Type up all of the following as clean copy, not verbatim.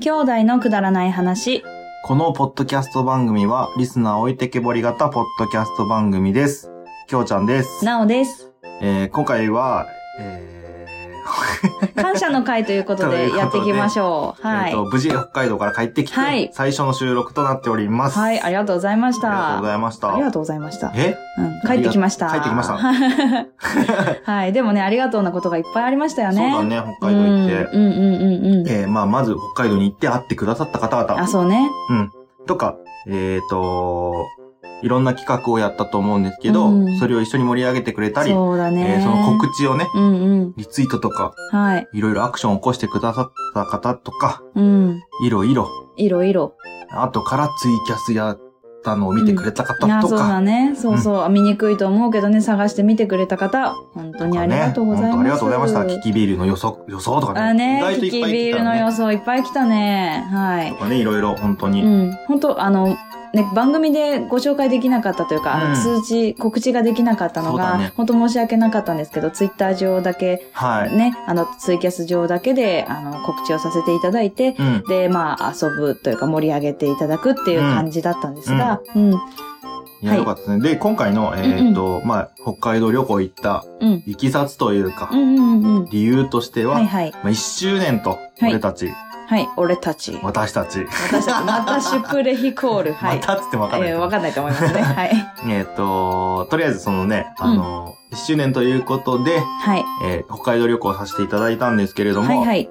兄弟のくだらない話。 このポッドキャスト番組はリスナー置いてけぼり型ポッドキャスト番組です。きょうちゃんです。 なおです。 今回は、 感謝の会ということでやっていきましょう。はい。 無事北海道から帰ってきて、はい、最初の収録となっております。 はい、ありがとうございました。 ありがとうございました。 ありがとうございました。 帰ってきました。 帰ってきました。 はい、でもね、ありがとうなことがいっぱいありましたよね。 そうだね、北海道行って。まず北海道に行って会ってくださった方々。 あ、そうね。 とか、いろんな企画をやったと思うんですけど、それを一緒に盛り上げてくれたり、 そうだね。 その告知をね、リツイートとか、 はい。 いろいろアクションを起こしてくださった方とか、いろいろ。後からツイキャスやったのを見てくれた方とか。 そうだね。そうそう。見にくいと思うけどね、探して見てくれた方、本当にありがとうございます。 本当ありがとうございました。キキビールの予想とかね。 あね、キキビールの予想いっぱい来たね。はい。 とかね、いろいろ本当に。 本当ね、番組でご紹介できなかったというか、告知ができなかったのが、本当申し訳なかったんですけど、ツイッター上だけ、ね、ツイキャス上だけで、告知をさせていただいて、で、遊ぶというか盛り上げていただくっていう感じだったんですが、 いや、よかったですね。で、今回の、北海道旅行行った、いきさつというか、理由としては、1周年と、俺たち、 はい、俺たち。 私たち。 またシュプレヒコール。はい。 またつってもわかんない。 わかんないと思いますね。はい。 とりあえずそのね、1周年ということで、 はい。 北海道旅行させていただいたんですけれども、 はい。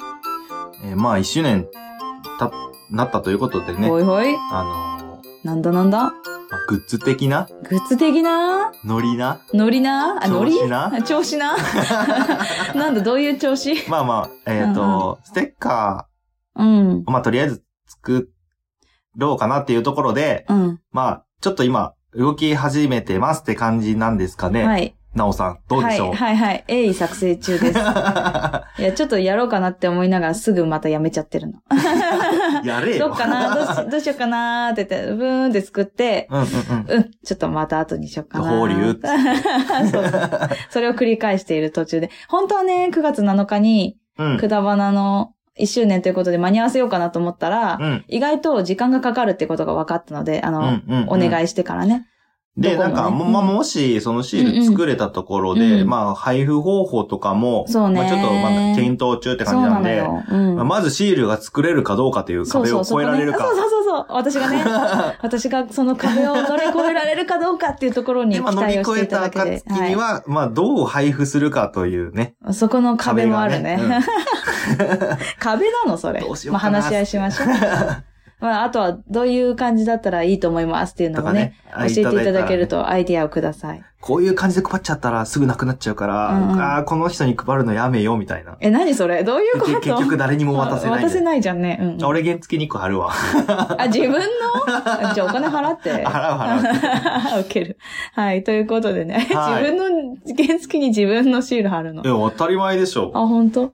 1周年なったということでね。 ほいほい。なんだグッズ的なノリな調子ななんだ、どういう調子ステッカー、とりあえず作ろうかなっていうところで、ちょっと今、動き始めてますって感じなんですかね。はい。なおさん、どうでしょう？ はい。鋭意作成中です。いや、ちょっとやろうかなって思いながらすぐまたやめちゃってるの。 やれよ。 どうしようかなーって言って、ブーンって作って、ちょっとまた後にしようかなー。 放流それを繰り返している途中で。本当はね、9月7日に、くだばなの1周年ということで間に合わせようかなと思ったら、意外と時間がかかるってことが分かったので、お願いしてからね。 で、もし、そのシール作れたところで、配布方法とかも、 そうね。 ちょっと検討中って感じなんで、まずシールが作れるかどうかという壁を越えられるか。 そう。私がその壁を乗り越えられるかどうかっていうところに期待をしていただけで。 乗り越えた暁には、どう配布するかというね。 そこの壁もあるね。壁なのそれ。話し合いしましょう。あとはどういう感じだったらいいと思いますっていうのをね、教えていただけるとアイディアをください。 こういう感じで配っちゃったらすぐなくなっちゃうから、この人に配るのやめようみたいな。 何それ？どういうこと？ 結局誰にも渡せない。 渡せないじゃんね。 俺原付2個貼るわ。 自分の？じゃあお金払って。 払う。 ウケる。はい、ということでね。自分の原付に自分のシール貼るの。 当たり前でしょ。 本当？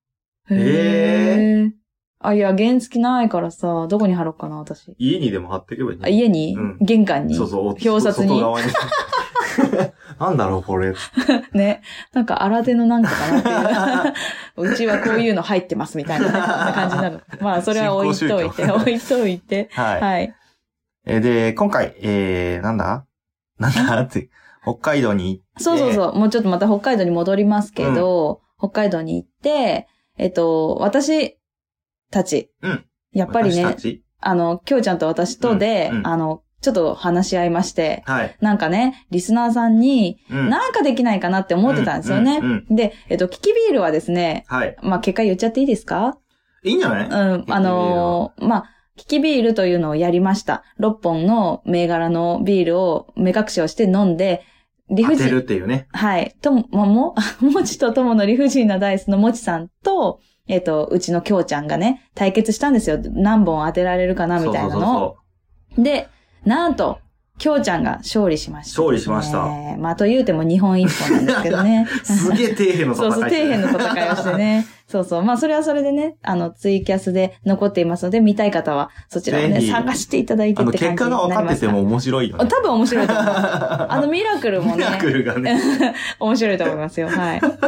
いや、原付ないからさ、どこに貼ろうかな、私。 家にでも貼っていけばいいね。 家に？玄関に？ そう。 表札に。 外側に。なんだろう、これ。 ね。なんか、新手のなんかかなっていう。うちはこういうの入ってますみたいな感じなの。それは置いといて。はい。 で、今回、なんだって、北海道に行って。 そう。もうちょっとまた北海道に戻りますけど、北海道に行って、私たち。やっぱりね、きょうちゃんと私とで、ちょっと話し合いまして、なんかね、リスナーさんに、なんかできないかなって思ってたんですよね。で、キキビールはですね、結果言っちゃっていいですか？ いいんじゃない？ キキビールというのをやりました。6本の銘柄のビールを目隠しをして飲んで、 理不尽。当てるっていうね。 はい。もちとともの理不尽なダイスのもちさんと、うちのきょうちゃんがね、対決したんですよ。何本当てられるかなみたいなのを。で、なんと、きょうちゃんが勝利しました、 勝利しました。 と言うても2本1本なんですけどね。 すげえ底辺の戦い。 底辺の戦いをしてね。それはそれでね、ツイキャスで残っていますので、見たい方はそちらをね、探していただいてって感じになります。 結果が分かってても面白いよね。 多分面白いと思います。ミラクルもね。 ミラクルがね。 面白いと思いますよ。はい。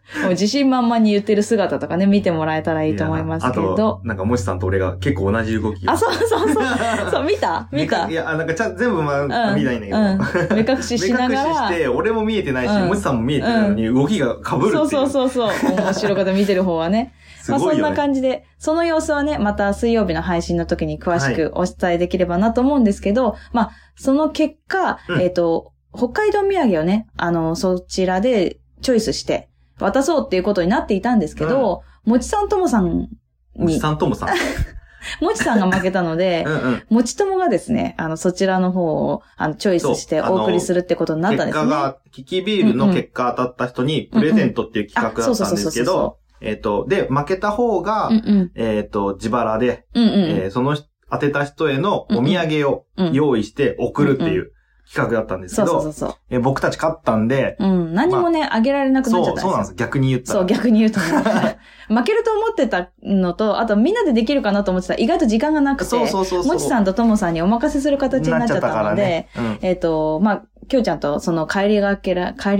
もう自信満々に言ってる姿とかね、見てもらえたらいいと思いますけど。 あと、なんか、もちさんと俺が結構同じ動きを。 あ、そう。そう、見たいや、なんか全部見ないんだけど。 目隠ししながら。 目隠しして、俺も見えてないし、もちさんも見えてないのに、動きが被るっていう。 そう。面白かった、見てる方はね。 すごいよね。 そんな感じで、その様子はね、また水曜日の配信の時に詳しくお伝えできればなと思うんですけど、その結果、北海道土産をね、そちらでチョイスして渡そうっていうことになっていたんですけど、もちさんともさんに。 もちさんともさん。 もちさんが負けたので、もちともがですね、そちらの方を、チョイスしてお送りするってことになったんですね。 結果が、キキビールの結果当たった人にプレゼントっていう企画だったんですけど、で、負けた方が、自腹で、その当てた人へのお土産を用意して送るっていう企画だったんですけど、僕たち勝ったんで、 何もね、あげられなくなっちゃったんですよ。 そうなんです。逆に言ったら。 そう、逆に言うとね。負けると思ってたのと、あとみんなでできるかなと思ってたら意外と時間がなくて、もちさんとともさんにお任せする形になっちゃったので、きょうちゃんとその帰りがけ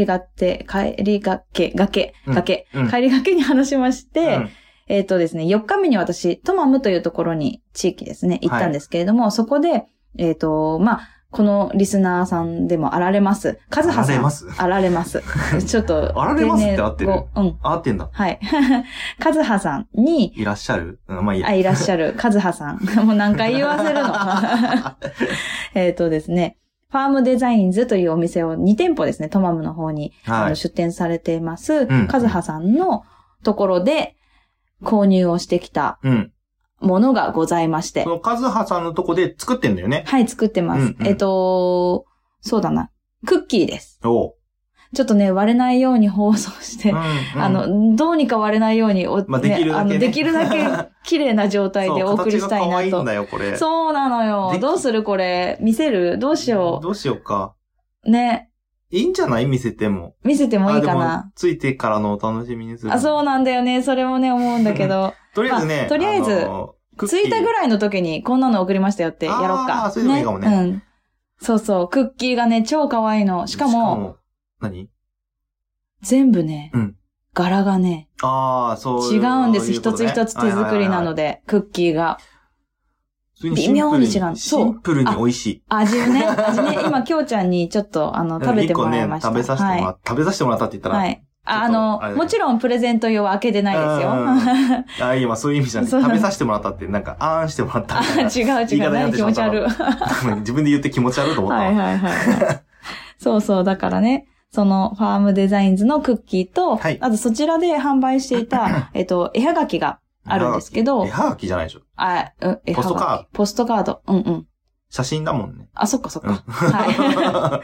に話しまして、ですね、4日目に私、トマムというところに、地域ですね、行ったんですけれども、そこで、このリスナーさんでもあられます。カズハさん。あられます。ちょっと。 あられますって合ってる？合ってんだ。 はい。カズハさんに。 いらっしゃる？まあいいや。 いらっしゃる。カズハさん。もう何回言わせるの。ですね。ファームデザインズというお店を2店舗ですね、トマムの方に、出店されています、カズハさんのところで購入をしてきたものがございまして。 そのカズハさんのとこで作ってんだよね。 はい、作ってます。そうだな。クッキーです。ちょっとね、割れないように包装して、どうにか割れないように、できるだけ綺麗な状態でお送りしたいなと。 可愛いんだよ、これ。 そうなのよ。どうするこれ。見せる？どうしよう。 どうしようか。 ね。 いいんじゃない？見せても。 見せてもいいかな。 ついてからのお楽しみにする。 そうなんだよね。それもね、思うんだけど。 とりあえずね。 とりあえず、着いたぐらいの時にこんなの送りましたよってやろうか。 それでもいいかもね。 そう。クッキーがね、超可愛いの。しかも、 何？ 全部ね、柄がね、 そう違うんです。一つ一つ手作りなので、クッキーが。微妙に違う。 シンプルに美味しい。 味ね。今、きょうちゃんにちょっと、食べてもらいました。 食べさせてもらったって言ったら。 はい。もちろんプレゼント用は開けてないですよ。 今そういう意味じゃなくて、食べさせてもらったって、なんか、あーんしてもらったみたいな。 違う。気持ち悪い。 自分で言って気持ち悪いと思った。 はい。そう。だからね。そのファームデザインズのクッキーと、あとそちらで販売していた、絵はがきがあるんですけど。 絵はがきじゃないでしょ。 ポストカード。 写真だもんね。 そっか。はい。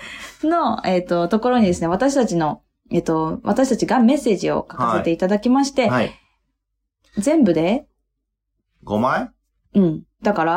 の、ところにですね、私たちがメッセージを書かせていただきまして、全部で 5枚？ だから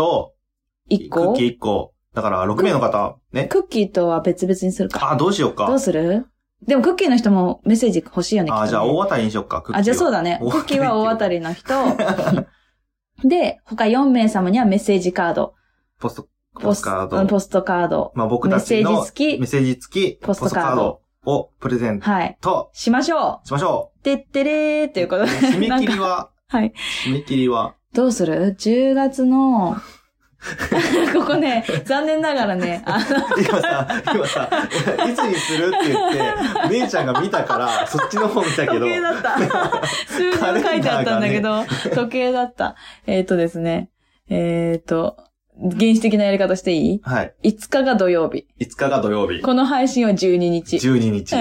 、1個？ クッキー1個。だから、6名の方、ね。 クッキーとは別々にするか。 どうしようか。 どうする？でも、クッキーの人もメッセージ欲しいよね、 じゃあ、大当たりにしようか、クッキー。 じゃあそうだね。クッキーは大当たりの人。で、他4名様にはメッセージカード。 ポストカード。僕たちのメッセージ付き、ポストカードをプレゼント。 しましょう。てってれーっていうことで。 締め切りは締め切りはどうする？ 10 月の、ここね、残念ながらね、 今さ、いつにするって言って、姉ちゃんが見たから、そっちの方見たけど。 時計だった。数字も書いてあったんだけど、時計だった。ですね。原始的なやり方していい？ はい。 5日が土曜日。 この配信は12日。 12日。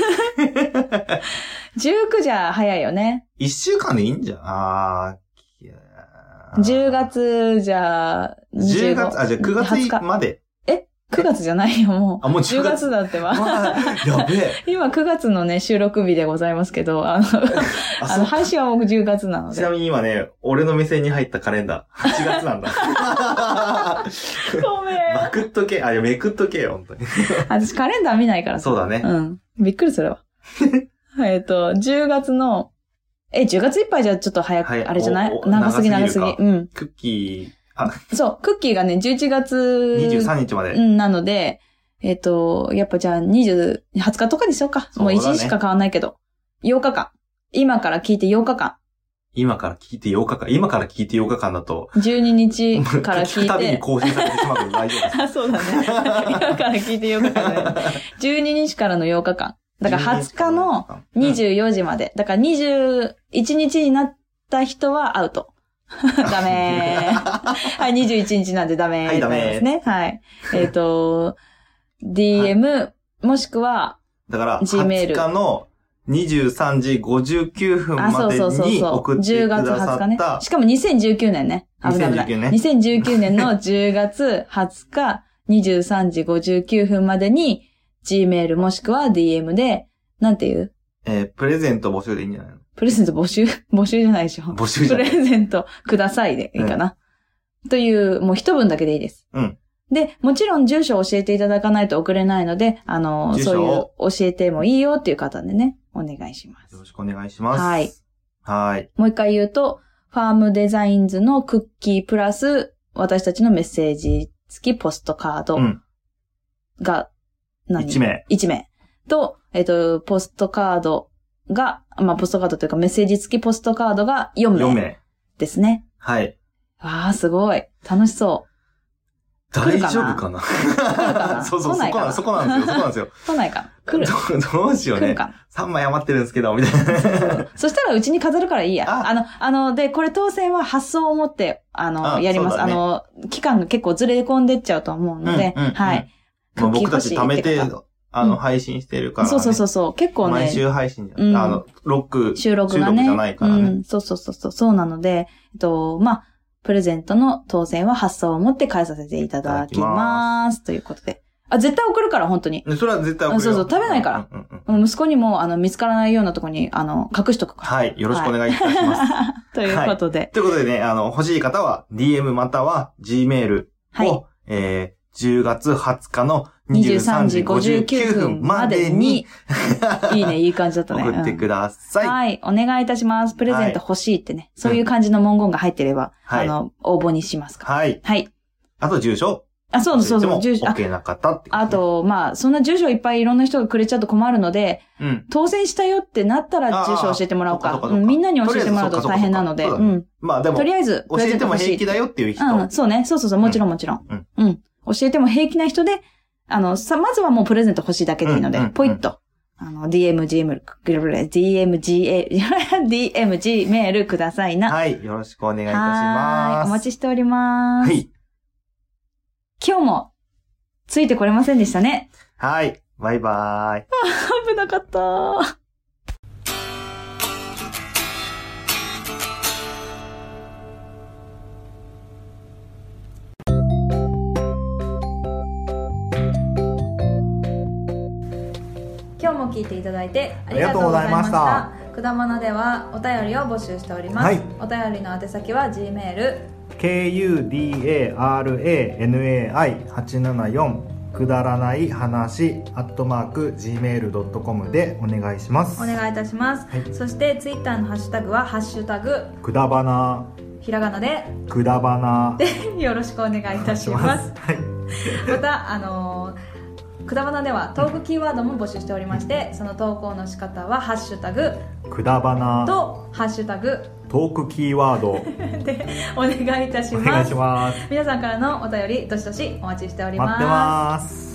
19じゃ早いよね。 1週間でいいんじゃん。 10月じゃ25。 じゃあ9月まで。 9月じゃないよ、もう。 もう 10月だってば。 やべえ。 今9月のね、収録日でございますけど、配信はもう10月なので。 ちなみに今ね、俺の店に入ったカレンダー、8月なんだ。 ごめん。 めくっとけよ、本当に。 私カレンダー見ないからさ。 そうだね。 びっくりするわ。10月の、10月いっぱいじゃちょっと早く、あれじゃない？長すぎ。 クッキー、 そう、クッキーがね、11月 23日まで。 なので、やっぱじゃあ20日とかにしようか。もう1日しか変わんないけど。 8日間。今から聞いて8日間。 今から聞いて8日間。今から聞いて8日間だと。 12日から聞いて。 聞くたびに更新されてしまうけど大丈夫です。 あ、そうだね。今から聞いて8日間だね。12日からの8日間。だから20日の24時まで。だから21日になった人はアウト。ダメー。はい、21日なんでダメー。はい、ダメですね。はい。DM、もしくは、 だから、20日の23時59分までに送ってくださった。 10月20日ね。しかも2019年ね。危ない危ない。2019年の10月20日23時59分までに Gmail もしくは DM で、なんていうプレゼント募集でいいんじゃないの？ プレゼント募集じゃないでしょ。 募集じゃない。 プレゼントくださいでいいかな。という、もう一文だけでいいです。 うん。 で、もちろん住所を教えていただかないと送れないので、そういう教えてもいいよっていう方でね、お願いします。 よろしくお願いします。 はい。 はい。 もう一回言うと、ファームデザインズのクッキープラス、私たちのメッセージ付きポストカードが 1名。 1名。と、ポストカードが、まあ、ポストカードというかメッセージ付きポストカードが4名。4名。ですね。 はい。 わあ、すごい。楽しそう。 大丈夫かな？そう、そこなんですよ。 来ないか。来る。 どうしようね。来るか。3枚余ってるんですけど、みたいな。 そしたらうちに飾るからいいや。で、これ当選は発送を持って、やります。期間が結構ずれ込んでっちゃうと思うので、はい。 僕たち貯めて、配信してるから、ね。 そう。結構ね。 毎週配信じゃない。 収録がね。 収録じゃないからね。 そうなので、まあ、プレゼントの当選は発送を持って返させていただきます。ということで。絶対送るから、本当に。 それは絶対送る。 そう、食べないから。息子にも、見つからないようなところに、隠しとくから。 はい。よろしくお願いいたします。 ということで。 ということでね、欲しい方は、DM または Gmail を、10月20日の23時59分までに、 いいね、いい感じだったね。 送ってください。 はい、お願いいたします。プレゼント欲しいってね。そういう感じの文言が入ってれば、応募にしますから。 はい。 はい。 あと住所。 そう、住所。 OK な方って。 あと、まあ、そんな住所いっぱいいろんな人がくれちゃうと困るので、当選したよってなったら住所教えてもらおうか。みんなに教えてもらうと大変なので、 まあでも、 とりあえず、 教えても平気だよっていう人。 そうね。そう、もちろん。教えても平気な人で、まずはもうプレゼント欲しいだけでいいので、ポイッと、DM、メールくださいな。 はい、よろしくお願いいたします。 お待ちしております。 はい。 今日も、ついてこれませんでしたね。 はい、バイバーイ。 危なかったー。今日も聞いていただいてありがとうございました。くだまなではお便りを募集しております。はい、お便りの宛先は Gmail kudaranai874くだらない話@gmail.com でお願いします。 お願いいたします。はい、そしてツイッターのハッシュタグはハッシュタグくだばな、 ひらがなでくだばなでよろしくお願いいたします。 はい、 またくだばなではトークキーワードも募集しておりまして、その投稿の仕方はハッシュタグくだばなとハッシュタグトークキーワードでお願いいたします。 お願いします。 皆さんからのお便りどしどしお待ちしております。 待ってます。